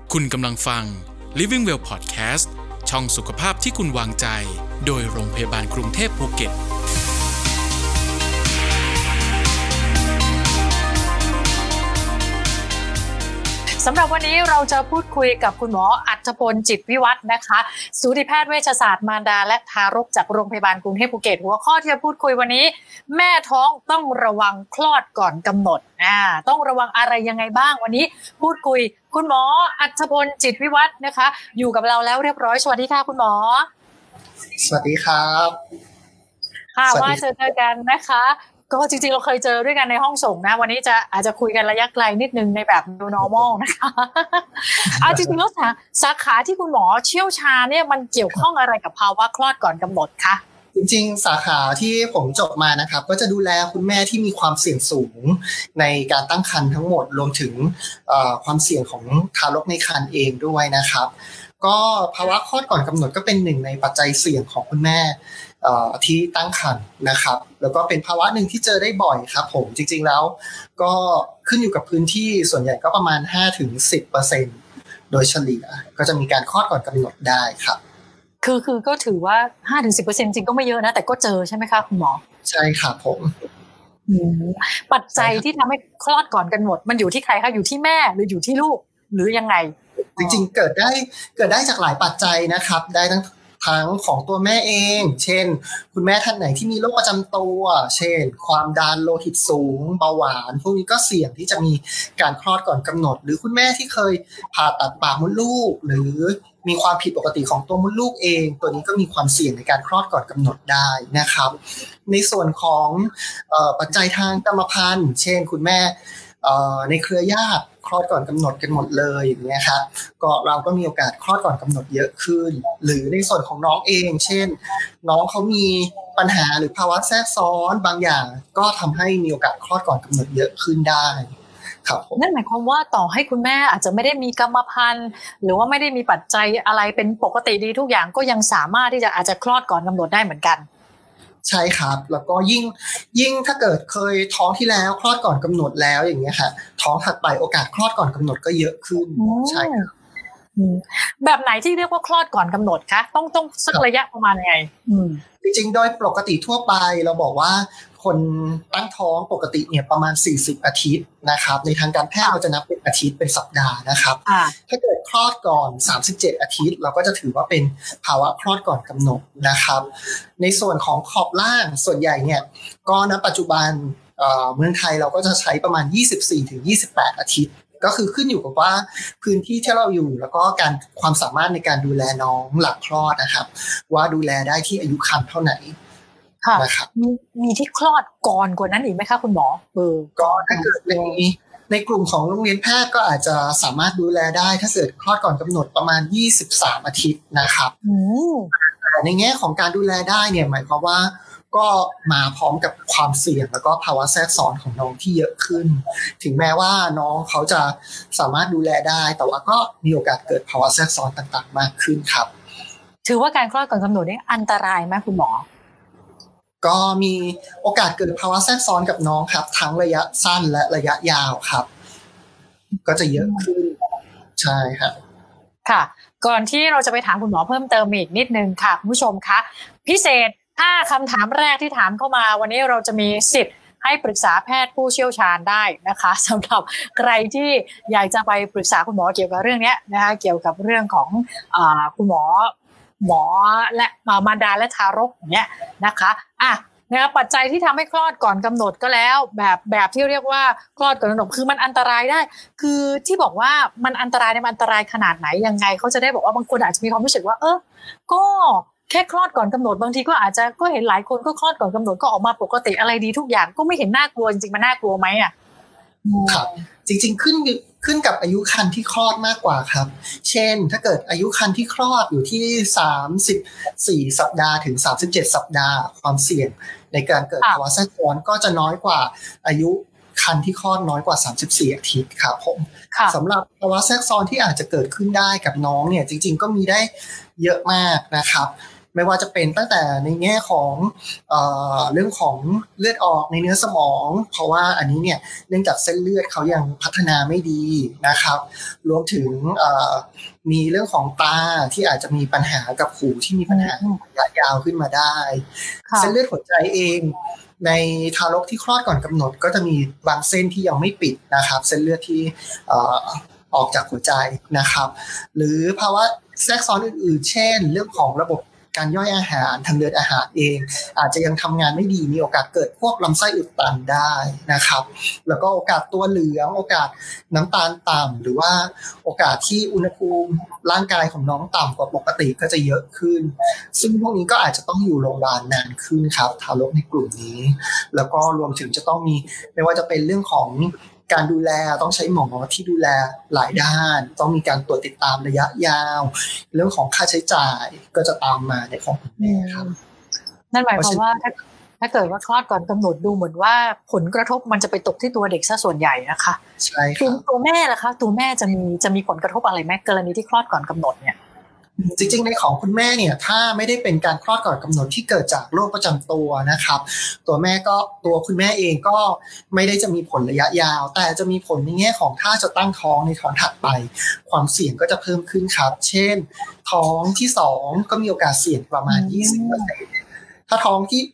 คุณกำลังฟัง Living Well Podcast ช่องสุขภาพที่คุณวางใจโดยโรงพยาบาลกรุงเทพภูเก็ตสำหรับวันนี้เราจะพูดคุยกับคุณหมออัจฉพลจิตวิวัฒน์นะคะสูติแพทย์เวชศาสตร์มารดาและทารกจากโรงพยาบาลกรุงเทพภูเก็ตหัวข้อที่จะพูดคุยวันนี้แม่ท้องต้องระวังคลอดก่อนกำหนดต้องระวังอะไรยังไงบ้างวันนี้พูดคุยคุณหมออัจฉพลจิตวิวัฒน์นะคะอยู่กับเราแล้วเรียบร้อยสวัสดีค่ะคุณหมอสวัสดีครับค่ะว่าเจอกันนะคะก็จริงๆเราเคยเจอด้วยกันในห้องส่งนะวันนี้อาจจะคุยกันระยะไกลนิดนึงในแบบ new normal นะคะจริงๆแล้วสาขาที่คุณหมอเชี่ยวชาญเนี่ยมันเกี่ยวข้องอะไรกับภาวะคลอดก่อนกำหนดคะจริงๆสาขาที่ผมจบมานะครับก็จะดูแลคุณแม่ที่มีความเสี่ยงสูงในการตั้งครรภ์ทั้งหมดรวมถึงความเสี่ยงของทารกในครรภ์เองด้วยนะครับก็ภาวะคลอดก่อนกำหนดก็เป็นหนึ่งในปัจจัยเสี่ยงของคุณแม่ที่ตั้งครรภ์นะครับแล้วก็เป็นภาวะหนึ่งที่เจอได้บ่อยครับผมจริงๆแล้วก็ขึ้นอยู่กับพื้นที่ส่วนใหญ่ก็ประมาณ 5-10% โดยเฉลี่ยก็จะมีการคลอดก่อนกำหนดได้ครับคือก็ถือว่า 5-10% จริงก็ไม่เยอะนะแต่ก็เจอใช่ไหมคะคุณหมอใช่ครับผมปัจจัยที่ทำให้คลอดก่อนกำหนดมันอยู่ที่ใครคะอยู่ที่แม่หรืออยู่ที่ลูกหรือยังไงจริงๆเกิดได้จากหลายปัจจัยนะครับได้ทั้งของตัวแม่เองเช่นคุณแม่ท่านไหนที่มีโรคประจำตัวเช่นความดันโลหิตสูงเบาหวานพวกนี้ก็เสี่ยงที่จะมีการคลอดก่อนกำหนดหรือคุณแม่ที่เคยผ่าตัดปากมดลูกหรือมีความผิดปกติของตัวมดลูกเองตัวนี้ก็มีความเสี่ยงในการคลอดก่อนกำหนดได้นะครับในส่วนของปัจจัยทางกรรมพันธุ์เช่นคุณแม่ในเครือญาติคลอดก่อนกำหนดกันหมดเลยอย่างเงี้ยครับก็เราก็มีโอกาสคลอดก่อนกำหนดเยอะขึ้นหรือในส่วนของน้องเองเช่นน้องเขามีปัญหาหรือภาวะแทรกซ้อนบางอย่างก็ทำให้มีโอกาสคลอดก่อนกำหนดเยอะขึ้นได้ครับนั่นหมายความว่าต่อให้คุณแม่อาจจะไม่ได้มีกรรมพันธุ์หรือว่าไม่ได้มีปัจจัยอะไรเป็นปกติดีทุกอย่างก็ยังสามารถที่จะอาจจะคลอดก่อนกำหนดได้เหมือนกันใช่ครับแล้วก็ยิ่งถ้าเกิดเคยท้องที่แล้วคลอดก่อนกำหนดแล้วอย่างเงี้ยค่ะท้องถัดไปโอกาสคลอดก่อนกำหนดก็เยอะขึ้นใช่ครับแบบไหนที่เรียกว่าคลอดก่อนกำหนดคะต้องสักระยะประมาณไงจริงๆโดยปกติทั่วไปเราบอกว่าคนตั้งท้องปกติเนี่ยประมาณ40อาทิตย์นะครับในทางการแพทย์เราจะนับเป็นอาทิตย์เป็นสัปดาห์นะครับถ้าเกิดคลอดก่อน37อาทิตย์เราก็จะถือว่าเป็นภาวะคลอดก่อนกำหนดนะครับในส่วนของขอบล่างส่วนใหญ่เนี่ยก็ณปัจจุบันเมืองไทยเราก็จะใช้ประมาณ24-28อาทิตย์ก็คือขึ้นอยู่กับว่าพื้นที่ที่เราอยู่แล้วก็การความสามารถในการดูแลน้องหลังคลอดนะครับว่าดูแลได้ที่อายุครรภ์เท่าไหร่นะครับมีที่คลอดก่อนกว่านั้นอีกไหมคะคุณหมอก็ถ้าเกิดในกลุ่มของโรงเรียนแพทย์ก็อาจจะสามารถดูแลได้ถ้าเกิดคลอดก่อนกำหนดประมาณ23อาทิตย์นะครับในแง่ของการดูแลได้เนี่ยหมายความว่าก็มาพร้อมกับความเสี่ยงแล้วก็ภาวะแทรกซ้อนของน้องที่เยอะขึ้นถึงแม้ว่าน้องเขาจะสามารถดูแลได้แต่ว่าก็มีโอกาสเกิดภาวะแทรกซ้อนต่างๆมากขึ้นครับถือว่าการคลอดก่อนกำหนดนี่อันตรายไหมคุณหมอก็มีโอกาสเกิดภาวะแทรกซ้อนกับน้องครับทั้งระยะสั้นและระยะยาวครับก็จะเยอะขึ้นใช่ครับค่ะก่อนที่เราจะไปถามคุณหมอเพิ่มเติมอีกนิดนึงค่ะคุณผู้ชมคะพิเศษ5คำถามแรกที่ถามเข้ามาวันนี้เราจะมีสิทธิ์ให้ปรึกษาแพทย์ผู้เชี่ยวชาญได้นะคะสำหรับใครที่อยากจะไปปรึกษาคุณหมอเกี่ยวกับเรื่องนี้นะคะเกี่ยวกับเรื่องของคุณหมอและมารดาและทารกอย่างเงี้ยนะคะนะครับปัจจัยที่ทำให้คลอดก่อนกำหนดก็แล้วแบบที่เรียกว่าคลอดก่อนกำหนดคือมันอันตรายได้คือที่บอกว่ามันอันตรายเนี่ยมันอันตรายขนาดไหนยังไงเขาจะได้บอกว่าบางคนอาจจะมีความรู้สึกว่าก็แค่คลอดก่อนกำหนดบางทีก็อาจจะก็เห็นหลายคนก็คลอดก่อนกำหนดก็ออกมาปกติอะไรดีทุกอย่างก็ไม่เห็นน่ากลัวจริงๆมันน่ากลัวไหมครับจริงๆขึ้นกับอายุครรภ์ที่คลอดมากกว่าครับเช่นถ้าเกิดอายุครรภ์ที่คลอดอยู่ที่34สัปดาห์ถึง37สัปดาห์ความเสี่ยงในการเกิดภาวะแทรกซ้อนก็จะน้อยกว่าอายุครรภ์ที่คลอดน้อยกว่า34อาทิตย์ครับผมสำหรับภาวะแทรกซ้อนที่อาจจะเกิดขึ้นได้กับน้องเนี่ยจริงๆก็มีได้เยอะมากนะครับไม่ว่าจะเป็นตั้งแต่ในแง่ของเรื่องของเลือดออกในเนื้อสมองเพราะว่าอันนี้เนี่ยเนื่องจากเส้นเลือดเขายังพัฒนาไม่ดีนะครับรวมถึงมีเรื่องของตาที่อาจจะมีปัญหากับหูที่มีปัญหาระยะยาวขึ้นมาได้เส้นเลือดหัวใจเองในทารกที่คลอดก่อนกำหนดก็จะมีบางเส้นที่ยังไม่ปิดนะครับเส้นเลือดที่ออกจากหัวใจนะครับหรือภาวะแทรกซ้อนอื่นๆเช่นเรื่องของระบบการย่อยอาหารทางเดินอาหารเองอาจจะยังทำงานไม่ดีมีโอกาสเกิดพวกลำไส้อุดตันได้นะครับแล้วก็โอกาสตัวเหลืองโอกาสน้ำตาลต่ำหรือว่าโอกาสที่อุณหภูมิร่างกายของน้องต่ำกว่าปกติก็จะเยอะขึ้นซึ่งพวกนี้ก็อาจจะต้องอยู่โรงพยาบาลนานขึ้นครับทารกในกลุ่มนี้แล้วก็รวมถึงจะต้องมีไม่ว่าจะเป็นเรื่องของการดูแลต้องใช้หมอที่ดูแลหลายด้านต้องมีการตรวจติดตามระยะยาวเรื่องของค่าใช้จ่ายก็จะตามมาในของคุณแม่ครับนั่นหมายความว่าถ้าเกิดว่าคลอดก่อนกำหนดดูเหมือนว่าผลกระทบมันจะไปตกที่ตัวเด็กซะส่วนใหญ่นะคะใช่ครับตัวแม่ล่ะคะตัวแม่จะมีผลกระทบอะไรไหมกรณีที่คลอดก่อนกำหนดเนี่ยจริงๆในของคุณแม่เนี่ยถ้าไม่ได้เป็นการคลอดก่อนกำหนดที่เกิดจากโรคประจำตัวนะครับตัวคุณแม่เองก็ไม่ได้จะมีผลระยะยาวแต่จะมีผลในแง่ของถ้าจะตั้งท้องในท้องถัดไปความเสี่ยงก็จะเพิ่มขึ้นครับเช่นท้องที่2ก็มีโอกาสเสี่ยงประมาณ 20% ถ้า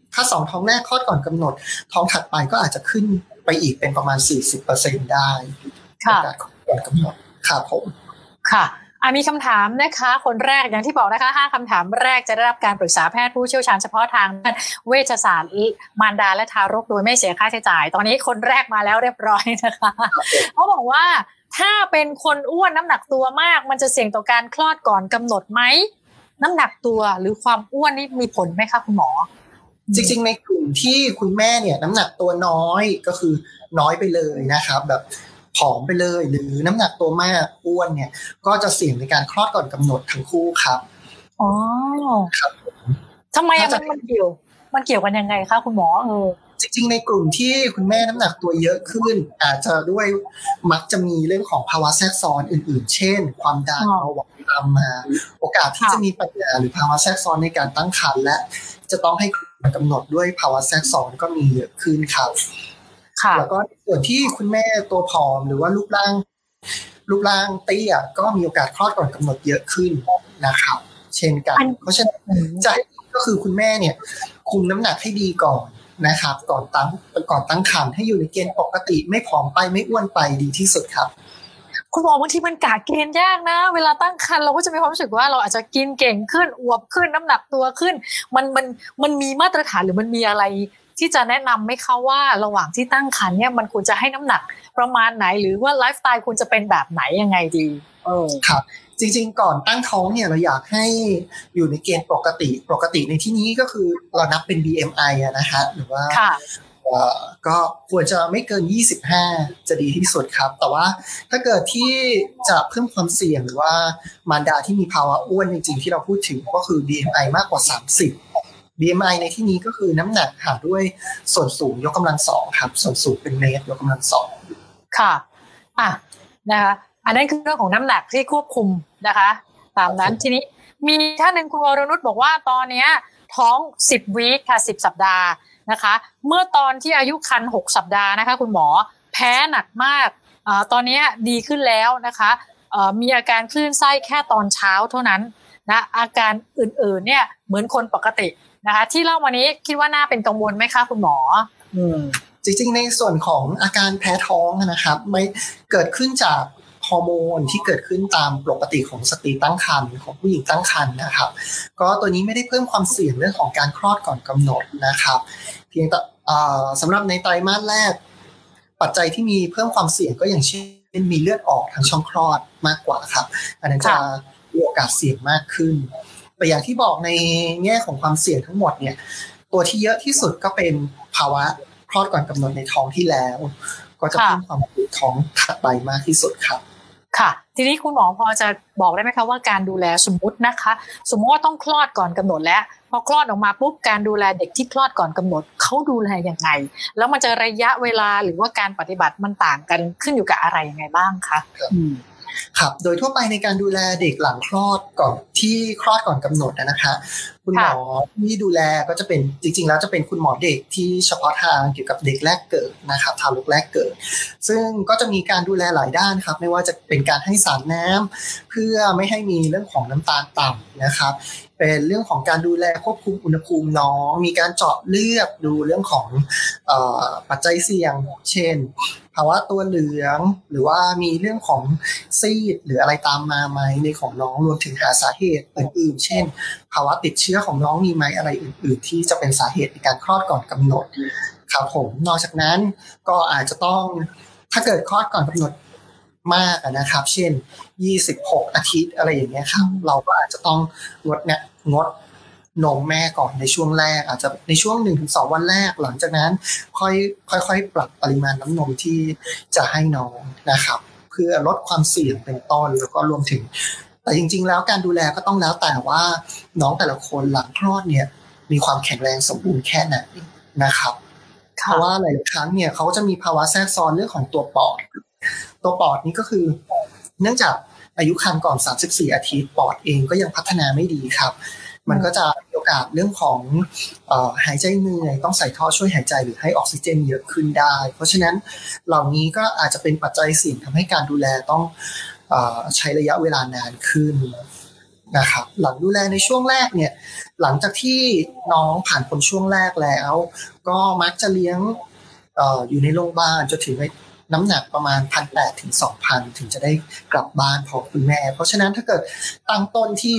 2ท้องแรกคลอดก่อนกำหนดท้องถัดไปก็อาจจะขึ้นไปอีกเป็นประมาณ 40% ได้ค่ะก่อนกำหนดครับผมค่ะมีคำถามนะคะคนแรกอย่างที่บอกนะคะ5คำถามแรกจะได้รับการปรึกษาแพทย์ผู้เชี่ยวชาญเฉพาะทางเวชศาสตร์มารดาและทารกโดยไม่เสียค่าใช้จ่ายตอนนี้คนแรกมาแล้วเรียบร้อยนะคะเขาบอกว่าถ้าเป็นคนอ้วนน้ำหนักตัวมากมันจะเสี่ยงต่อการคลอดก่อนกำหนดไหมน้ำหนักตัวหรือความอ้วนนี่มีผลไหมคะคุณหมอจริงๆในกลุ่มที่คุณแม่เนี่ยน้ำหนักตัวน้อยก็คือน้อยไปเลยนะครับแบบผอมไปเลยหรือน้ำหนักตัวมากอ้วนเนี่ยก็จะเสี่ยงในการคลอดก่อนกำหนดทั้งคู่ครับอ๋อครับทำไมมันเกี่ยวกันยังไงคะคุณหมอจริงๆในกลุ่มที่คุณแม่น้ำหนักตัวเยอะขึ้นอาจจะด้วยมักจะมีเรื่องของภาวะแทรกซ้อนอื่นๆเช่นความดันเบาหวานตามมาโอกาสที่จะมีปัญหาหรือภาวะแทรกซ้อนในการตั้งครรภ์และจะต้องให้กำหนดด้วยภาวะแทรกซ้อนก็มีเยอะขึ้นครับแล้วก็ส่วนที่คุณแม่ตัวผอมหรือว่ารูปร่างเตี้ยก็มีโอกาสคลอดก่อนกำหนดเยอะขึ้นนะครับเช่นกันเพราะฉะนั้นจะก็คือคุณแม่เนี่ยคุมน้ำหนักให้ดีก่อนนะครับก่อนตั้งครรภ์ให้อยู่ในเกณฑ์ปกติไม่ผอมไปไม่อ้วนไปดีที่สุดครับคุณหมอบางทีมันกะเกณฑ์ยากนะเวลาตั้งครรภ์เราก็จะมีความรู้สึกว่าเราอาจจะกินเก่งขึ้นอวบขึ้นน้ำหนักตัวขึ้นมันมีมาตรฐานหรือมันมีอะไรที่จะแนะนำไหมคะว่าระหว่างที่ตั้งครรภ์เนี่ยมันควรจะให้น้ำหนักประมาณไหนหรือว่าไลฟ์สไตล์ควรจะเป็นแบบไหนยังไงดีครับจริงๆก่อนตั้งท้องเนี่ยเราอยากให้อยู่ในเกณฑ์ปกติในที่นี้ก็คือเรานับเป็น BMI นะฮะหรือว่าก็ควรจะไม่เกิน25จะดีที่สุดครับแต่ว่าถ้าเกิดที่จะเพิ่มความเสี่ยงหรือว่ามารดาที่มีภาวะอ้วนจริงๆที่เราพูดถึงก็คือ BMI มากกว่า30 BMI ในที่นี้ก็คือน้ำหนักหารด้วยส่วนสูงยกกำลัง2ครับส่วนสูงเป็นเมตรยกกำลัง2 ค่ะนะคะอันนั้นคือเรื่องของน้ำหนักที่ควบคุมนะคะตามนั้นทีนี้มีท่านหนึ่งคุณวรนุชบอกว่าตอนนี้ท้อง10วีคค่ะ10สัปดาห์นะคะเมื่อตอนที่อายุครรภ์6สัปดาห์นะคะคุณหมอแพ้หนักมากตอนนี้ดีขึ้นแล้วนะคะมีอาการคลื่นไส้แค่ตอนเช้าเท่านั้นนะอาการอื่นๆเนี่ยเหมือนคนปกตินะคะที่เล่ามานี้คิดว่าน่าเป็นกังวลไหมคะคุณหมอจริงๆในส่วนของอาการแพ้ท้องนะครับไม่เกิดขึ้นจากฮอร์โมนที่เกิดขึ้นตามปกติของสตรีตั้งครรภ์ของผู้หญิงตั้งครรภ์นะครับก็ตัวนี้ไม่ได้เพิ่มความเสี่ยงเรื่องของการคลอดก่อนกำหนดนะครับเพียงแต่สำหรับในไตรมาสแรกปัจจัยที่มีเพิ่มความเสี่ยงก็อย่างเช่นมีเลือดออกทางช่องคลอดมากกว่าครับอันนั้นจะมีโอกาสเสี่ยงมากขึ้นแต่อย่างที่บอกในแง่ของความเสี่ยงทั้งหมดเนี่ยตัวที่เยอะที่สุดก็เป็นภาวะคลอดก่อนกำหนดในท้องที่แล้วก็จะเพิ่มความเสี่ยงท้องถัดไปมากที่สุดครับค่ะทีนี้คุณหมอพอจะบอกได้ไหมคะว่าการดูแลสมมติว่าต้องคลอดก่อนกำหนดแล้วพอคลอดออกมาปุ๊บการดูแลเด็กที่คลอดก่อนกำหนดเขาดูแลยังไงแล้วมันจะระยะเวลาหรือว่าการปฏิบัติมันต่างกันขึ้นอยู่กับอะไรยังไงบ้างคะครับโดยทั่วไปในการดูแลเด็กหลังคลอดก่อนที่คลอดก่อนกำหนดนะคะคุณหมอที่ดูแลก็จะเป็นจริงๆแล้วจะเป็นคุณหมอเด็กที่เฉพาะทางเกี่ยวกับเด็กแรกเกิดนะครับทารกแรกเกิดซึ่งก็จะมีการดูแลหลายด้านครับไม่ว่าจะเป็นการให้สารน้ำเพื่อไม่ให้มีเรื่องของน้ำตาลต่ำนะครับเป็นเรื่องของการดูแลควบคุมอุณหภูมิน้องมีการเจาะเลือดดูเรื่องของปัจจัยเสี่ยงเช่นภาวะตัวเหลืองหรือว่ามีเรื่องของซีดหรืออะไรตามมาไหมในของน้องรวมถึงหาสาเหตุอื่นๆเช่นภาวะติดเชื้อของน้องมีไหมอะไรอื่นๆที่จะเป็นสาเหตุในการคลอดก่อนกำหนดครับผมนอกจากนั้นก็อาจจะต้องถ้าเกิดคลอดก่อนกำหนดมากนะครับเช่น26อาทิตย์อะไรอย่างเงี้ยครับเราก็อาจจะต้องงดนมแม่ก่อนในช่วงแรกอาจจะในช่วง 1-2 วันแรกหลังจากนั้นค่อยปรับปริมาณน้ำนมที่จะให้น้องนะครับเพื่อลดความเสี่ยงเป็นต้นแล้วก็รวมถึงแต่จริงๆแล้วการดูแลก็ต้องแล้วแต่ว่าน้องแต่ละคนหลังคลอดเนี่ยมีความแข็งแรงสมบูรณ์แค่ไหนนะครับเพราะว่าหลายครั้งเนี่ยเขาจะมีภาวะแทรกซ้อนเรื่องของตัวปอดนี่ก็คือเนื่องจากอายุครรภ์ก่อน34อาทิตย์ปอดเองก็ยังพัฒนาไม่ดีครับมันก็จะมีโอกาสเรื่องของหายใจเหนื่อยต้องใส่ท่อช่วยหายใจหรือให้ออกซิเจนเยอะขึ้นได้เพราะฉะนั้นเหล่านี้ก็อาจจะเป็นปัจจัยเสี่ยงทำให้การดูแลต้องใช้ระยะเวลานานขึ้นนะครับหลังดูแลในช่วงแรกเนี่ยหลังจากที่น้องผ่านพ้นช่วงแรกแล้วก็มักจะเลี้ยงอยู่ในโรงพยาบาลจนถึงน้ำหนักประมาณ 1,800 ถึง 2,000 ถึงจะได้กลับบ้านพร้อมคุณแม่เพราะฉะนั้นถ้าเกิดตั้งต้นที่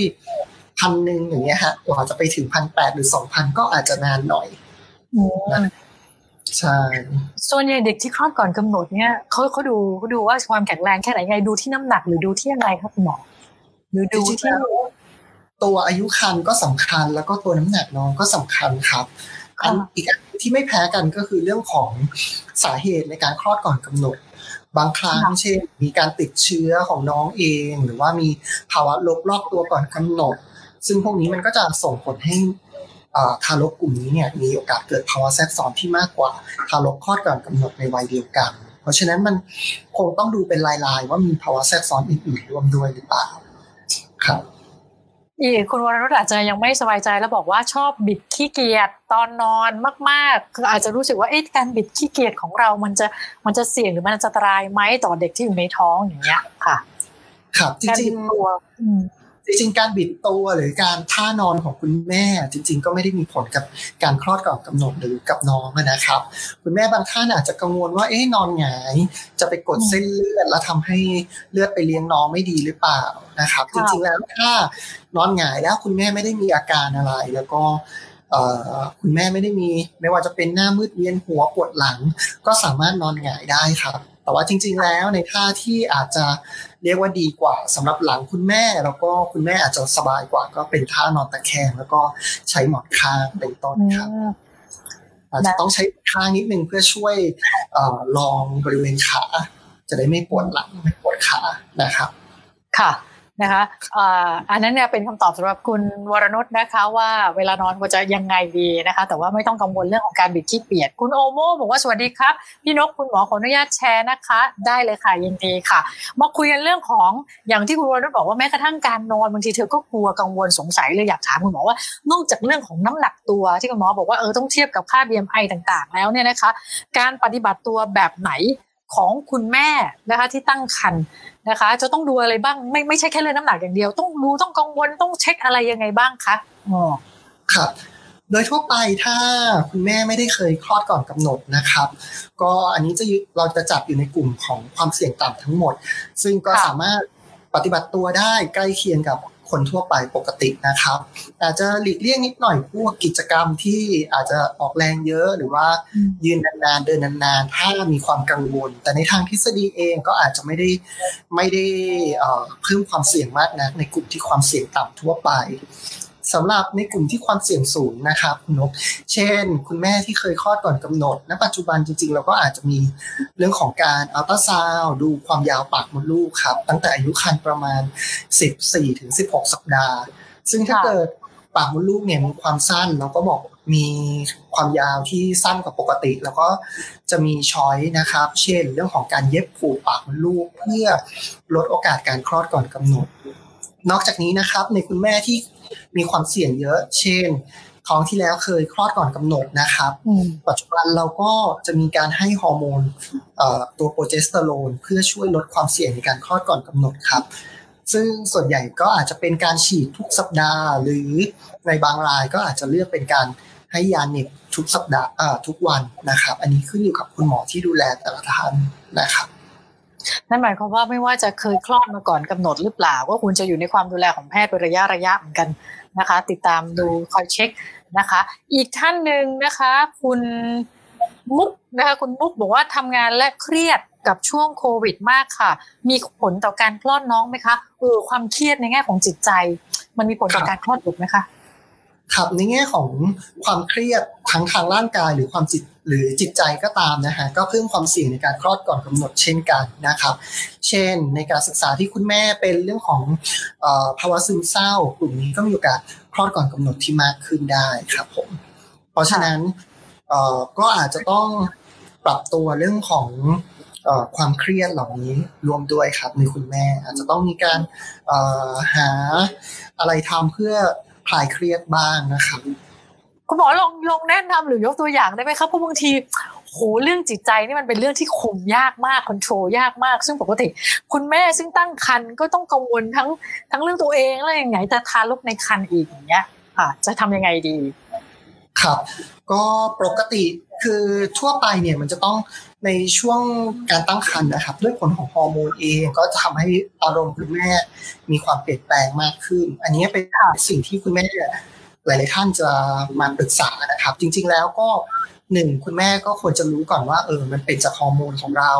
1,000อย่างเงี้ยฮะกว่าจะไปถึง 1,800 หรือ 2,000 ก็อาจจะนานหน่อยใช่ส่วนใหญ่เด็กที่คลอดก่อนกำหนดเนี่ยเขาดูว่าความแข็งแรงแค่ไหนไงดูที่น้ำหนักหรือดูที่อะไรครับคุณหมอหรือดูที่ตัวอายุครรภ์ก็สำคัญแล้วก็ตัวน้ำหนักน้องก็สำคัญครับอีกอันที่ไม่แพ้กันก็คือเรื่องของสาเหตุในการคลอดก่อนกำหนดบางครั้งเช่นมีการติดเชื้อของน้องเองหรือว่ามีภาวะโรครอบตัวก่อนกำหนดซึ่งพวกนี้มันก็จะส่งผลให้ทารกกลุ่มนี้เนี่ยมีโอกาสเกิดภาวะแทรกซ้อนที่มากกว่าทารกคลอดก่อนกำหนดในวัยเดียวกันเพราะฉะนั้นมันคงต้องดูเป็นรายๆว่ามีภาวะแทรกซ้อนอื่นๆร่วมด้วยหรือเปล่าครับคุณวรนุชอาจจะยังไม่สบายใจแล้วบอกว่าชอบบิดขี้เกียจตอนนอนมากๆคืออาจจะรู้สึกว่าการบิดขี้เกียจของเรามันจะเสี่ยงหรือมันจะอันตรายไหมต่อเด็กที่อยู่ในท้องอย่างเงี้ยค่ะครับจริงๆการบิดตัวหรือการท่านอนของคุณแม่จริงๆก็ไม่ได้มีผลกับการคลอดก่อนกำหนดหรือกับน้องนะครับคุณแม่บางท่านอาจจะกังวลว่านอนหงายจะไปกดเส้นเลือดแล้วทำให้เลือดไปเลี้ยงน้องไม่ดีหรือเปล่านะครับจริงๆแล้วถ้านอนหงายแล้วคุณแม่ไม่ได้มีอาการอะไรแล้วก็คุณแม่ไม่ได้มีไม่ว่าจะเป็นหน้ามืดเวียนหัวปวดหลังก็สามารถนอนหงายได้ครับแต่ว่าจริงๆแล้วในท่าที่อาจจะเรียกว่าดีกว่าสำหรับหลังคุณแม่แล้วก็คุณแม่อาจจะสบายกว่าก็เป็นท่านอนตะแคงแล้วก็ใช้หมอนข้างเป็นต้นครับอาจจะต้องใช้ข้างนิดนึงเพื่อช่วยรองบริเวณขาจะได้ไม่ปวดหลังไม่ปวดขานะครับค่ะนะคะอันนั้นเนี่ยเป็นคำตอบสำหรับคุณวรนุชนะคะว่าเวลานอนควรจะยังไงดีนะคะแต่ว่าไม่ต้องกังวลเรื่องของการบิดขี้เกียจคุณโอโมบอกว่าสวัสดีครับพี่นกคุณหมอขออนุญาตแชร์นะคะได้เลยค่ะยินดีค่ะมาคุยกันเรื่องของอย่างที่คุณวรนุชบอกว่าแม้กระทั่งการนอนบางทีเธอก็กลัวกังวลสงสัยเลยอยากถามคุณหมอว่านอกจากเรื่องของน้ำหนักตัวที่คุณหมอบอกว่าต้องเทียบกับค่า BMI ต่างๆแล้วเนี่ยนะคะการปฏิบัติตัวแบบไหนของคุณแม่นะคะที่ตั้งครรภ์นะคะจะต้องดูอะไรบ้างไม่ใช่แค่เรื่องน้ำหนักอย่างเดียวต้องดูต้องกังวลต้องเช็คอะไรยังไงบ้างคะครับโดยทั่วไปถ้าคุณแม่ไม่ได้เคยคลอดก่อนกำหนดนะครับก็อันนี้เราจะจัดอยู่ในกลุ่มของความเสี่ยงต่ำทั้งหมดซึ่งก็สามารถปฏิบัติตัวได้ใกล้เคียงกับคนทั่วไปปกตินะครับอาจจะหลีกเลี่ยงนิดหน่อยพวกกิจกรรมที่อาจจะออกแรงเยอะหรือว่ายืนนานๆเดินนานๆถ้ามีความกังวลแต่ในทางทฤษฎีเองก็อาจจะไม่ได้เพิ่มความเสี่ยงมากนักในกลุ่มที่ความเสี่ยงต่ำทั่วไปสำหรับในกลุ่มที่ความเสี่ยงสูงนะครับคุณนกเช่นคุณแม่ที่เคยคลอดก่อนกำหนดณปัจจุบันจริงๆเราก็อาจจะมีเรื่องของการอัลตราซาวด์ดูความยาวปากมดลูกครับตั้งแต่อายุครรภ์ประมาณ14 ถึง 16 สัปดาห์ซึ่งถ้าเกิดปากมดลูกเนี่ยมีความสั้นเราก็มีความยาวที่สั้นกว่าปกติแล้วก็จะมีช้อยนะครับเช่นเรื่องของการเย็บผูกปากมดลูกเพื่อลดโอกาสการคลอดก่อนกำหนดนอกจากนี้นะครับในคุณแม่ที่มีความเสี่ยงเยอะเช่นท้องที่แล้วเคยคลอดก่อนกำหนดนะครับปัจจุบันเราก็จะมีการให้ฮอร์โมนตัวโปรเจสเตอโรนเพื่อช่วยลดความเสี่ยงในการคลอดก่อนกำหนดครับซึ่งส่วนใหญ่ก็อาจจะเป็นการฉีดทุกสัปดาห์หรือในบางรายก็อาจจะเลือกเป็นการให้ยาเหน็บทุกสัปดาห์ทุกวันนะครับอันนี้ขึ้นอยู่กับคุณหมอที่ดูแลแต่ละท่านนะครับนั่นหมายความว่าไม่ว่าจะเคยคลอดมาก่อนกำหนดหรือเปล่าก็ควรจะอยู่ในความดูแลของแพทย์เป็นระยะเหมือนกันนะคะติดตามดูคอยเช็คนะคะอีกท่านหนึ่งนะคะคุณมุกนะคะคุณมุกบอกว่าทำงานและเครียดกับช่วงโควิดมากค่ะมีผลต่อการคลอดน้องไหมคะความเครียดในแง่ของจิตใจมันมีผลต่อการคลอดบุตรไหมคะครับในแง่ของความเครียดทั้งทางร่างกายหรือความจิตใจก็ตามนะฮะก็เพิ่มความเสี่ยงในการคลอดก่อนกำหนดเช่นกันนะครับเช่นในการศึกษาที่คุณแม่เป็นเรื่องของภาวะซึมเศร้ากลุ่มนี้ก็มีโอกาสคลอดก่อนกำหนดที่มากขึ้นได้ครับผมเพราะฉะนั้นก็อาจจะต้องปรับตัวเรื่องของความเครียดเหล่านี้รวมด้วยครับในคุณแม่อาจจะต้องมีการหาอะไรทำเพื่อคลายเครียดบ้างนะครับคุณหมอลองแนะนำหรือยกตัวอย่างได้ไหมครับเพราะบางทีโหเรื่องจิตใจนี่มันเป็นเรื่องที่คุมยากมากคอนโทรลยากมากซึ่งปกติคุณแม่ซึ่งตั้งครรภ์ก็ต้องกังวลทั้งเรื่องตัวเองแล้วอย่างไงแต่ทารกในครรภ์อีกอย่างเงี้ยค่ะจะทำยังไงดีครับก็ปกติคือทั่วไปเนี่ยมันจะต้องในช่วงการตั้งครรภ์นะครับด้วยผลของฮอร์โมนเองก็จะทำให้อารมณ์คุณแม่มีความเปลี่ยนแปลงมากขึ้นอันนี้เป็นสิ่งที่คุณแม่หลายๆท่านจะมาปรึกษานะครับจริงๆแล้วก็1คุณแม่ก็ควรจะรู้ก่อนว่ามันเป็นจากฮอร์โมนของเรา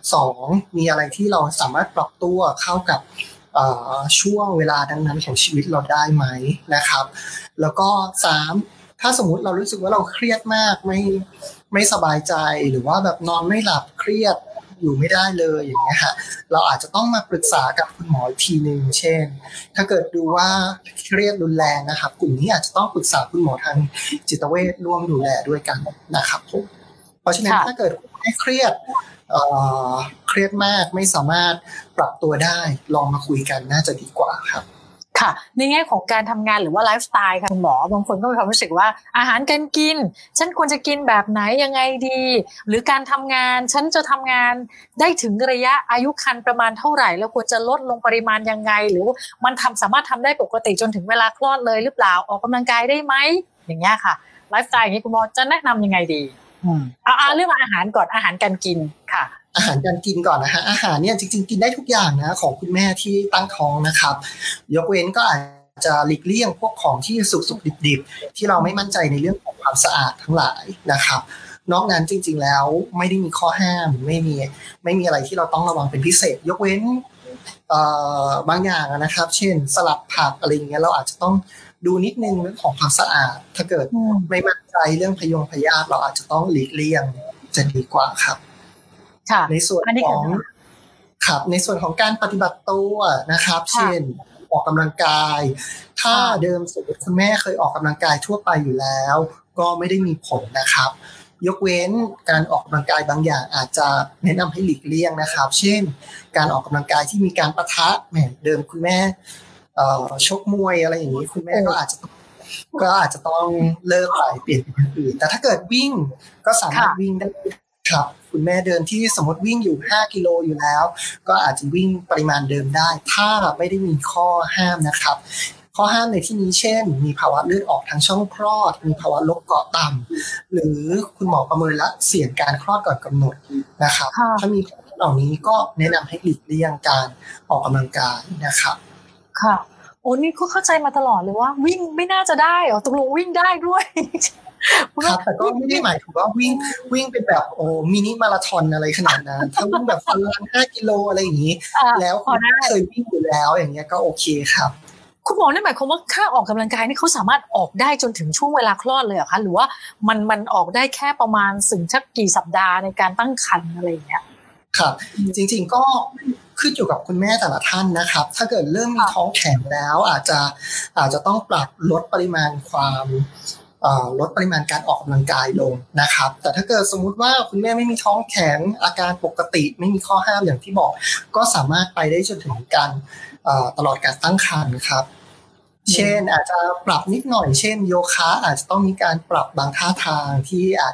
2มีอะไรที่เราสามารถปรับตัวเข้ากับช่วงเวลาดังนั้นของชีวิตเราได้ไหมนะครับแล้วก็3ถ้าสมมุติเรารู้สึกว่าเราเครียดมากไม่สบายใจหรือว่าแบบนอนไม่หลับเครียดอยู่ไม่ได้เลยอย่างเงี้ยฮะเราอาจจะต้องมาปรึกษากับคุณหมออีกทีนึงเช่นถ้าเกิดดูว่าเครียดรุนแรงนะครับกลุ่มนี้อาจจะต้องปรึกษาคุณหมอทางจิตเวชร่วมดูแลด้วยกันนะครับผมเพราะฉะนั้นถ้าเกิดเครียดมากไม่สามารถปรับตัวได้ลองมาคุยกันน่าจะดีกว่าครับค่ะในแง่ของการทำงานหรือว่าไลฟ์สไตล์ค่ะคุณหมอบางคนก็มีความรู้สึกว่าอาหารการกินฉันควรจะกินแบบไหนยังไงดีหรือการทำงานฉันจะทำงานได้ถึงระยะอายุครรภ์ประมาณเท่าไหร่แล้วควรจะลดลงปริมาณยังไงหรือมันสามารถทำได้ปกติจนถึงเวลาคลอดเลยหรือเปล่าออกกำลังกายได้ไหมอย่างเงี้ยค่ะไลฟ์สไตล์อย่างนี้คุณหมอจะแนะนำยังไงดีเรื่องอาหารก่อนอาหารการกินค่ะอาหารการกินก่อนนะฮะอาหารเนี่ยจริงๆกินได้ทุกอย่างนะของคุณแม่ที่ตั้งท้องนะครับยกเว้นก็อาจจะหลีกเลี่ยงพวกของที่สุกๆดิบๆที่เราไม่มั่นใจในเรื่องของความสะอาดทั้งหลายนะครับนอกนั้นจริงๆแล้วไม่ได้มีข้อห้ามไม่มีอะไรที่เราต้องระวังเป็นพิเศษยกเว้นบางอย่างนะครับเช่นสลัดผักอะไรอย่างเงี้ยเราอาจจะต้องดูนิดนึงเรื่องของความสะอาดถ้าเกิดไม่มั่นใจเรื่องพยาธิเราอาจจะต้องหลีกเลี่ยงจะดีกว่าครับในส่วนของการปฏิบัติตัวนะครับเช่นออกกำลังกายถ้าเดิมสมมติคุณแม่เคยออกกำลังกายทั่วไปอยู่แล้วก็ไม่ได้มีผลนะครับยกเว้นการออกกำลังกายบางอย่างอาจจะแนะนำให้หลีกเลี่ยงนะครับเช่นการออกกำลังกายที่มีการปะทะเดิมคุณแม่ชกมวยอะไรอย่างนี้คุณแม่ก็อาจจะต้องเลิกไปเปลี่ยนเป็นอย่างอื่นแต่ถ้าเกิดวิ่งก็สามารถวิ่งได้ครับคุณแม่เดินที่สมมติวิ่งอยู่5กิโลอยู่แล้วก็อาจจะวิ่งปริมาณเดิมได้ถ้าไม่ได้มีข้อห้ามนะครับข้อห้ามในที่นี้เช่นมีภาวะเลือดออกทางช่องคลอดมีภาวะโรคเกาะต่ำหรือคุณหมอประเมินและเสี่ยงการคลอดก่อนกำหนดนะครับถ้ามีเหล่านี้ก็แนะนำให้หลีกเลี่ยงการออกกำลังกายนะครับค่ะโอ้นี่ก็เข้าใจมาตลอดเลยว่าวิ่งไม่น่าจะได้ตกลงวิ่งได้ด้วยครับแต่ก็ไม่ได้หมายถึงว่าวิ่งเป็นแบบมินิมาราธอนอะไรขนาดนั้นถ้าวิ่งแบบฟันรัน5กิโลอะไรอย่างนี้แล้วคุณเคยวิ่งอยู่แล้วอย่างเงี้ยก็โอเคครับคุณหมอนี่หมายความว่าค่าออกกำลังกายนี่เขาสามารถออกได้จนถึงช่วงเวลาคลอดเลยเหรอคะหรือว่ามันออกได้แค่ประมาณสักกี่สัปดาห์ในการตั้งครรภ์อะไรอย่างเงี้ยครับจริงๆก็ขึ้นอยู่กับคุณแม่แต่ละท่านนะครับถ้าเกิดเริ่มมีท้องแข็งแล้วอาจจะต้องปรับลดปริมาณความลดปริมาณการออกกำลังกายลงนะครับแต่ถ้าเกิดสมมุติว่าคุณแม่ไม่มีท้องแข็งอาการปกติไม่มีข้อห้ามอย่างที่บอกก็สามารถไปได้จนถึงการตลอดการตั้งครรภ์ครับเช่นอาจจะปรับนิดหน่อยเช่นโยคะอาจจะต้องมีการปรับบางท่าทางที่อา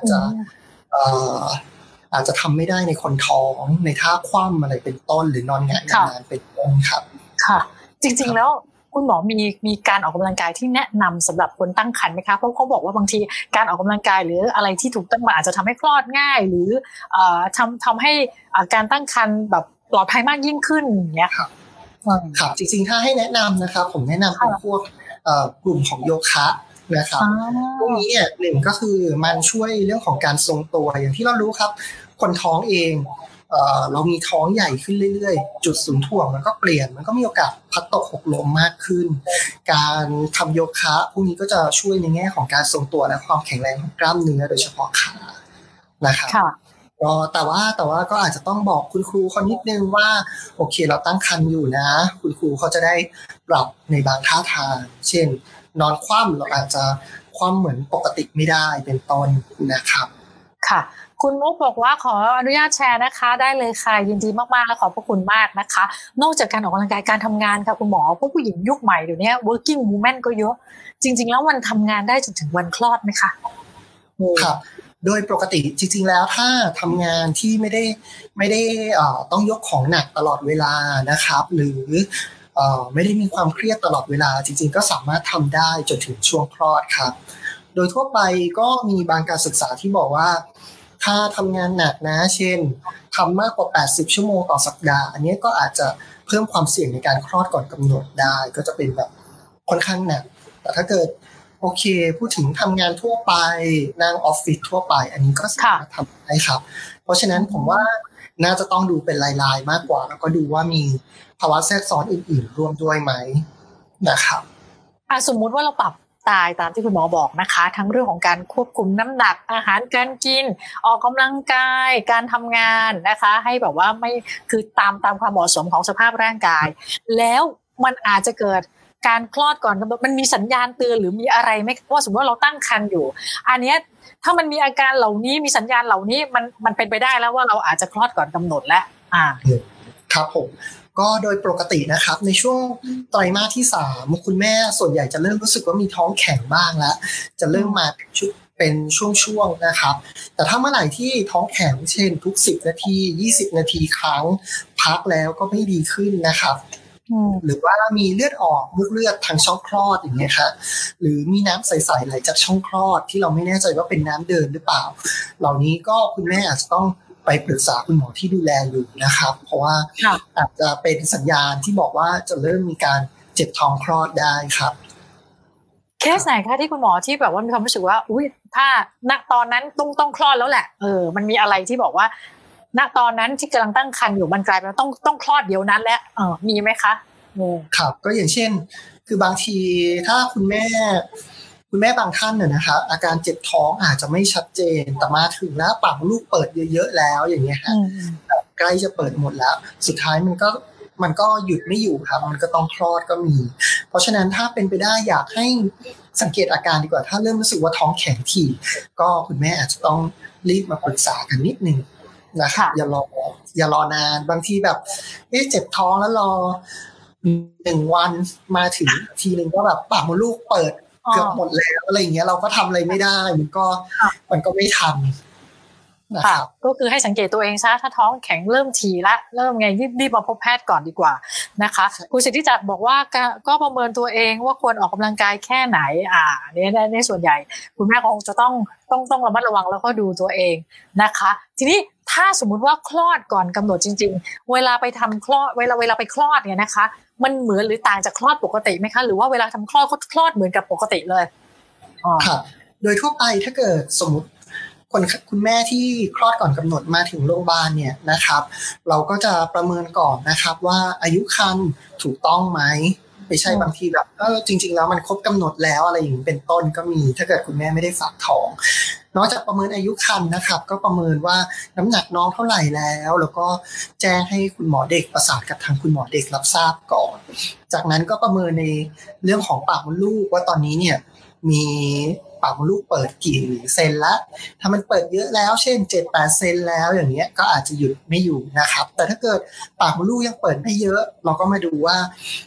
จจะทำไม่ได้ในคนท้องในท่าคว่ำอะไรเป็นต้นหรือนอนหงายนานๆเป็นต้นครับค่ะจริงๆแล้วคุณหมอมีการออกกำลังกายที่แนะนำสำหรับคนตั้งครรภ์ไหมคะเพราะเขาบอกว่าบางทีการออกกำลังกายหรืออะไรที่ถูกต้องมาอาจจะทำให้คลอดง่ายหรือทำให้การตั้งครรภ์แบบปลอดภัยมากยิ่งขึ้นอย่างเงี้ยครับครับจริงๆถ้าให้แนะนำนะครับผมแนะนำเป็นพวกกลุ่มของโยคะนะครับพวกนี้เนี่ยหนึ่งก็คือมันช่วยเรื่องของการทรงตัวอย่างที่เรารู้ครับคนท้องเองเรามีท้องใหญ่ขึ้นเรื่อยๆจุดศูนย์ถ่วงมันก็เปลี่ยนมันก็มีโอกาสพัดตกหกล้มมากขึ้นการทำโยคะพวกนี้ก็จะช่วยในแง่ของการทรงตัวและความแข็งแรงของกล้ามเนื้อโดยเฉพาะขานะครับก็แต่ว่าก็อาจจะต้องบอกคุณครูเขานิดนึงว่าโอเคเราตั้งครรภ์อยู่นะคุณครูเขาจะได้ปรับในบางท่าทางเช่นนอนคว่ำเราอาจจะคว่ำเหมือนปกติไม่ได้เป็นต้นนะครับค่ะคุณมุกบอกว่าขออนุญาตแชร์นะคะได้เลยค่ะยินดีมากๆและขอบพระคุณมากนะคะนอกจากการออกกำลังกายการทำงานค่ะคุณหมอพวกผู้หญิงยุคใหม่เดี๋ยวนี้ working woman ก็เยอะจริงๆแล้วมันทำงานได้จนถึงวันคลอดไหมคะครับโดยปกติจริงๆแล้วถ้าทำงานที่ไม่ได้ต้องยกของหนักตลอดเวลานะครับหรือไม่ได้มีความเครียดตลอดเวลาจริงๆก็สามารถทำได้จนถึงช่วงคลอดครับโดยทั่วไปก็มีบางการศึกษาที่บอกว่าถ้าทำงานหนักนะเช่นทำมากกว่า80ชั่วโมงต่อสัปดาห์อันนี้ก็อาจจะเพิ่มความเสี่ยงในการคลอดก่อนกำหนดได้ก็จะเป็นแบบค่อนข้างหนักแต่ถ้าเกิดโอเคพูดถึงทำงานทั่วไปนั่งออฟฟิศทั่วไปอันนี้ก็สามารถทำได้ครับเพราะฉะนั้นผมว่าน่าจะต้องดูเป็นรายๆมากกว่าแล้วก็ดูว่ามีภาวะแทรกซ้อนอื่นๆร่วมด้วยไหมนะครับสมมุติว่าเราปรับตามที่คุณหมอบอกนะคะทั้งเรื่องของการควบคุมน้ำหนักอาหารการกินออกกำลังกายการทำงานนะคะให้แบบว่าไม่คือตามความเหมาะสมของสภาพร่างกายแล้วมันอาจจะเกิดการคลอดก่อนกำหนดมันมีสัญญาณเตือนหรือมีอะไรไหมว่าสมมติว่าเราตั้งครรภ์อยู่อันนี้ถ้ามันมีอาการเหล่านี้มีสัญญาณเหล่านี้มันเป็นไปได้แล้วว่าเราอาจจะคลอดก่อนกำหนดแล้วครับผมก็โดยปกตินะครับในช่วงไตรมาสที่3คุณแม่ส่วนใหญ่จะเริ่มรู้สึกว่ามีท้องแข็งบ้างแล้วจะเริ่มมาเป็นช่วงๆนะครับแต่ถ้าเมื่อไหร่ที่ท้องแข็งเช่นทุก10นาที20นาทีครั้งพักแล้วก็ไม่ดีขึ้นนะครับหรือว่ามีเลือดออกมุกเลือดทางช่องคลอดอย่างเงี้ยครับหรือมีน้ำใสๆไหลจากช่องคลอดที่เราไม่แน่ใจว่าเป็นน้ำเดินหรือเปล่าเหล่านี้ก็คุณแม่อาจจะต้องไปปรึกษาคุณหมอที่ดูแลอยู่นะครับเพราะว่าอาจจะเป็นสัญญาณที่บอกว่าจะเริ่มมีการเจ็บท้องคลอดได้ครับเคสไหนคะที่คุณหมอที่แบบว่ามีความรู้สึกว่าอุ๊ยถ้าณตอนนั้นต้องคลอดแล้วแหละมันมีอะไรที่บอกว่าณตอนนั้นที่กำลังตั้งครรภ์อยู่มันกลายเป็นต้องคลอดเดี๋ยวนั้นแล้วมีไหมคะครับก็อย่างเช่นคือบางทีถ้าคุณแม่บางท่านเนี่ยนะคะอาการเจ็บท้องอาจจะไม่ชัดเจนแต่มาถึงแล้วปากลูกเปิดเยอะๆแล้วอย่างเงี้ยฮะใกล้จะเปิดหมดแล้วสุดท้ายมันก็หยุดไม่อยู่ครับมันก็ต้องคลอดก็มีเพราะฉะนั้นถ้าเป็นไปได้อยากให้สังเกตอาการดีกว่าถ้าเริ่มรู้สึกว่าท้องแข็งถี่ก็คุณแม่อาจจะต้องรีบมาปรึกษากันนิดนึงนะครับอย่ารอนานบางทีแบบเจ็บท้องแล้วรอ1 วันมาถึงทีนึงก็แบบปากมดลูกเปิดเกือบหมดแล้วอะไรอย่างเงี้ยเราก็ทำอะไรไม่ได้มันก็ไม่ทันนะครับก็คือให้สังเกตตัวเองซะถ้าท้องแข็งเริ่มถี่ละเริ่มไงรีบมาพบแพทย์ก่อนดีกว่านะคะคุณสิทธิจักรบอกว่าก็ประเมินตัวเองว่าควรออกกำลังกายแค่ไหนเนี่ยในส่วนใหญ่คุณแม่คงจะต้องระมัดระวังแล้วก็ดูตัวเองนะคะทีนี้ถ้าสมมุติว่าคลอดก่อนกำหนดจริงๆเวลาไปทำคลอดเวลาไปคลอดเนี่ยนะคะมันเหมือนหรือต่างจากคลอดปกติไหมคะหรือว่าเวลาทำคลอดเหมือนกับปกติเลยครับโดยทั่วไปถ้าเกิดสมมติคุณแม่ที่คลอดก่อนกำหนดมาถึงโรงพยาบาลเนี่ยนะครับเราก็จะประเมินก่อนนะครับว่าอายุครรภ์ถูกต้องไหมไม่ใช่บางทีแบบจริงๆแล้วมันครบกำหนดแล้วอะไรอย่างนี้เป็นต้นก็มีถ้าเกิดคุณแม่ไม่ได้ฝากท้องนอกจากประเมินอายุครรภ์นะครับก็ประเมินว่าน้ำหนักน้องเท่าไหร่แล้วก็แจ้งให้คุณหมอเด็กประสานกับทางคุณหมอเด็กรับทราบก่อนจากนั้นก็ประเมินในเรื่องของปากมดลูกว่าตอนนี้เนี่ยมีปากมดลูกเปิดกี่เซนละถ้ามันเปิดเยอะแล้วเช่น 7-8 เซนแล้วอย่างเงี้ยก็อาจจะหยุดไม่อยู่นะครับแต่ถ้าเกิดปากมดลูกยังเปิดไม่เยอะเราก็มาดูว่า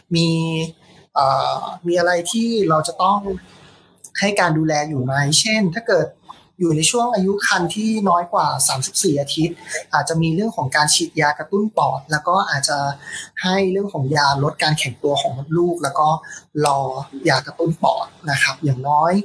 มีอะไรที่เราจะต้องให้การดูแลอยู่ไหมเช่นถ้าเกิดอยู่ในช่วงอายุครรภ์ที่น้อยกว่า34อาทิตย์อาจจะมีเรื่องของการฉีดยากระตุ้นปอดแล้วก็อาจจะให้เรื่องของยาลดการแข็งตัวของมดลูกแล้วก็รอยากระตุ้นปอดนะครับอย่างน้อย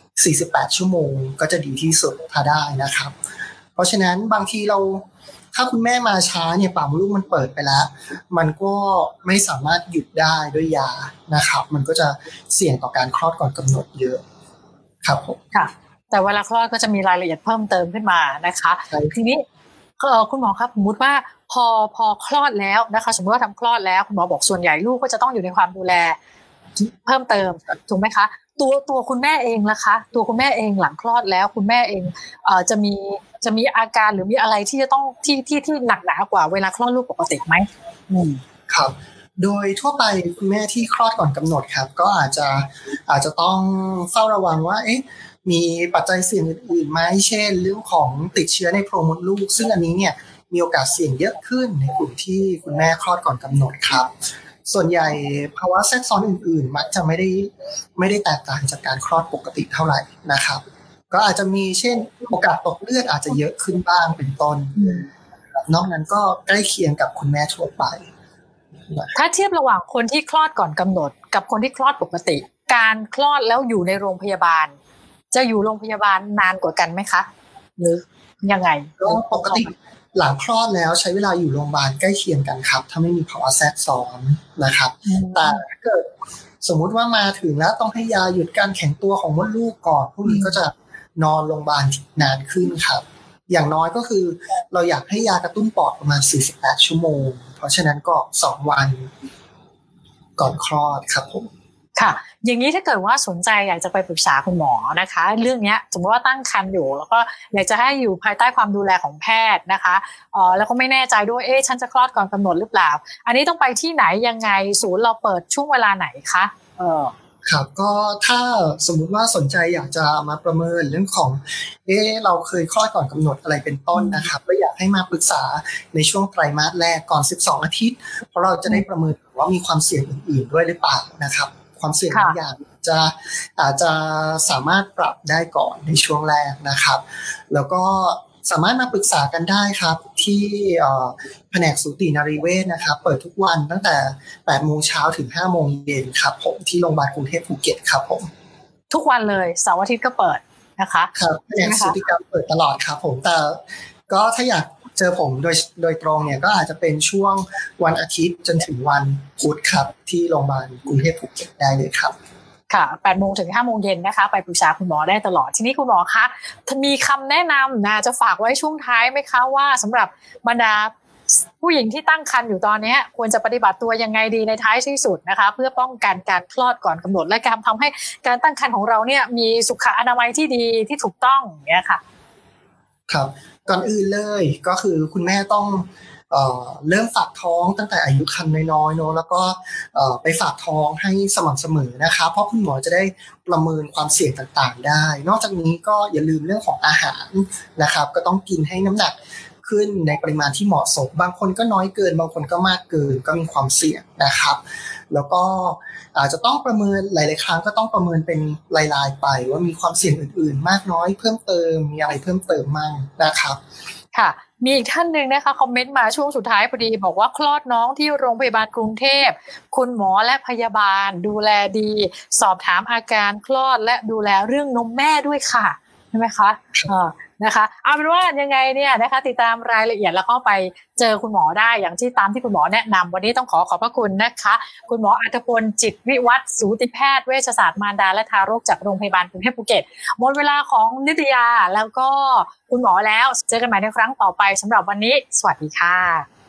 48ชั่วโมงก็จะดีที่สุดถ้าได้นะครับเพราะฉะนั้นบางทีถ้าคุณแม่มาช้าเนี่ยปากมดลูกมันเปิดไปแล้วมันก็ไม่สามารถหยุดได้ด้วยยานะครับมันก็จะเสี่ยงต่อการคลอดก่อนกำหนดเยอะครับผมค่ะแต่เวลาคลอดก็จะมีรายละเอียดเพิ่มเติมขึ้นมานะคะทีนี้คุณหมอครับสมมติว่าพอคลอดแล้วนะคะสมมติว่าทำคลอดแล้วคุณหมอบอกส่วนใหญ่ลูกก็จะต้องอยู่ในความดูแลเพิ่มเติมถูกไหมคะตัวคุณแม่เองล่ะคะตัวคุณแม่เองหลังคลอดแล้วคุณแม่เองจะมีอาการหรือมีอะไรที่จะต้องที่หนักหนากว่าเวลาคลอดลูกปกติไหมครับโดยทั่วไปคุณแม่ที่คลอดก่อนกำหนดครับก็อาจจะต้องเฝ้าระวังว่ามีปัจจัยเสี่ยงอื่นๆไหมเช่นเรื่องของติดเชื้อในโพรงมดลูกซึ่งอันนี้เนี่ยมีโอกาสเสี่ยงเยอะขึ้นในกลุ่มที่คุณแม่คลอดก่อนกำหนดครับส่วนใหญ่ภาวะแทรกซ้อนอื่นๆมักจะไม่ได้แตกต่างจากการคลอดปกติเท่าไหร่นะครับก็อาจจะมีเช่นโอกาสตกเลือดอาจจะเยอะขึ้นบ้างเป็นต้นนอกนั้นก็ใกล้เคียงกับคุณแม่ทั่วไปถ้าเทียบระหว่างคนที่คลอดก่อนกำหนดกับคนที่คลอดปกติการคลอดแล้วอยู่ในโรงพยาบาลจะอยู่โรงพยาบาลนานกว่ากันไหมคะหรือยังไงก็ปกติหลังคลอดแล้วใช้เวลาอยู่โรงพยาบาลใกล้เคียงกันครับถ้าไม่มีภาวะแทรกซ้อนนะครับแต่ถ้าเกิดสมมุติว่ามาถึงแล้วต้องให้ยาหยุดการแข็งตัวของมดลูกก่อนพวกนี้ก็จะนอนโรงพยาบาลนานขึ้นครับอย่างน้อยก็คือเราอยากให้ยากระตุ้นปอดประมาณ48ชั่วโมงเพราะฉะนั้นก็2วันก่อนคลอดครับผมค่ะอย่างนี้ถ้าเกิดว่าสนใจอยากจะไปปรึกษาคุณหมอนะคะเรื่องนี้สมมติว่าตั้งครรภ์อยู่แล้วก็อยากจะให้อยู่ภายใต้ความดูแลของแพทย์นะคะแล้วก็ไม่แน่ใจด้วยฉันจะคลอดก่อนกำหนดหรือเปล่าอันนี้ต้องไปที่ไหนยังไงศูนย์เราเปิดช่วงเวลาไหนคะครับก็ถ้าสมมุติว่าสนใจอยากจะมาประเมินเรื่องของเราเคยคลอดก่อนกำหนดอะไรเป็นต้นนะครับก็อยากให้มาปรึกษาในช่วงไตรมาสแรกก่อน12อาทิตย์เพราะเราจะได้ประเมินว่ามีความเสี่ยงอื่นๆด้วยหรือเปล่านะครับความเสี่ยงบางอย่างอาจจะสามารถปรับได้ก่อนในช่วงแรกนะครับแล้วก็สามารถมาปรึกษากันได้ครับที่แผนกสูตินรีเวชนะครับเปิดทุกวันตั้งแต่ 8 โมงเช้าถึง 5 โมงเย็นครับผมที่โรงพยาบาลกรุงเทพภูเก็ตครับผมทุกวันเลยเสาร์อาทิตย์ก็เปิดนะคะครับแผนกสูติกรรมเปิดตลอดครับผมแต่ก็ถ้าอยากเจอผมโดยตรงเนี่ยก็อาจจะเป็นช่วงวันอาทิตย์จนถึงวันพุธครับที่โรงพยาบาลกรุงเทพภูเก็ตได้เลยครับค่ะ 8 โมงถึง 5 โมงเย็นนะคะไปปรึกษาคุณหมอได้ตลอดทีนี้คุณหมอคะมีคำแนะนำนะจะฝากไว้ช่วงท้ายไหมคะว่าสำหรับบรรดาผู้หญิงที่ตั้งครรภ์อยู่ตอนนี้ควรจะปฏิบัติตัวยังไงดีในท้ายที่สุดนะคะเพื่อป้องกันการคลอดก่อนกำหนดและการทำให้การตั้งครรภ์ของเราเนี่ยมีสุขอนามัยที่ดีที่ถูกต้องอย่างเงี้ยค่ะครับก่อนอื่นเลยก็คือคุณแม่ต้องเริ่มฝากท้องตั้งแต่อายุครรภ์น้อยๆเนอะแล้วก็ไปฝากท้องให้สม่ำเสมอนะคะเพราะคุณหมอจะได้ประเมินความเสี่ยงต่างๆได้นอกจากนี้ก็อย่าลืมเรื่องของอาหารนะครับก็ต้องกินให้น้ำหนักขึ้นในปริมาณที่เหมาะสมบางคนก็น้อยเกินบางคนก็มากเกินก็มีความเสี่ยงนะครับแล้วก็อาจจะต้องประเมินหลายๆครั้งก็ต้องประเมินเป็นรายๆไปว่ามีความเสี่ยงอื่นๆมากน้อยเพิ่มเติมมีอะไรเพิ่มเติมมั่งนะครับค่ะมีอีกท่านหนึ่งนะคะคอมเมนต์มาช่วงสุดท้ายพอดีบอกว่าคลอดน้องที่โรงพยาบาลกรุงเทพคุณหมอและพยาบาลดูแลดีสอบถามอาการคลอดและดูแลเรื่องนมแม่ด้วยค่ะใช่ไหมคะนะคะเอาเป็นว่ายังไงเนี่ยนะคะติดตามรายละเอียดแล้วก็ไปเจอคุณหมอได้อย่างที่ตามที่คุณหมอแนะนำวันนี้ต้องขอบพระคุณนะคะคุณหมออัธพลจิตวิวัฒน์สูติแพทย์เวชศาสตร์มารดาและทารกจากโรงพยาบาลกรุงเทพภูเก็ตหมดเวลาของนิตยาแล้วก็คุณหมอแล้วเจอกันใหม่ในครั้งต่อไปสำหรับวันนี้สวัสดีค่ะ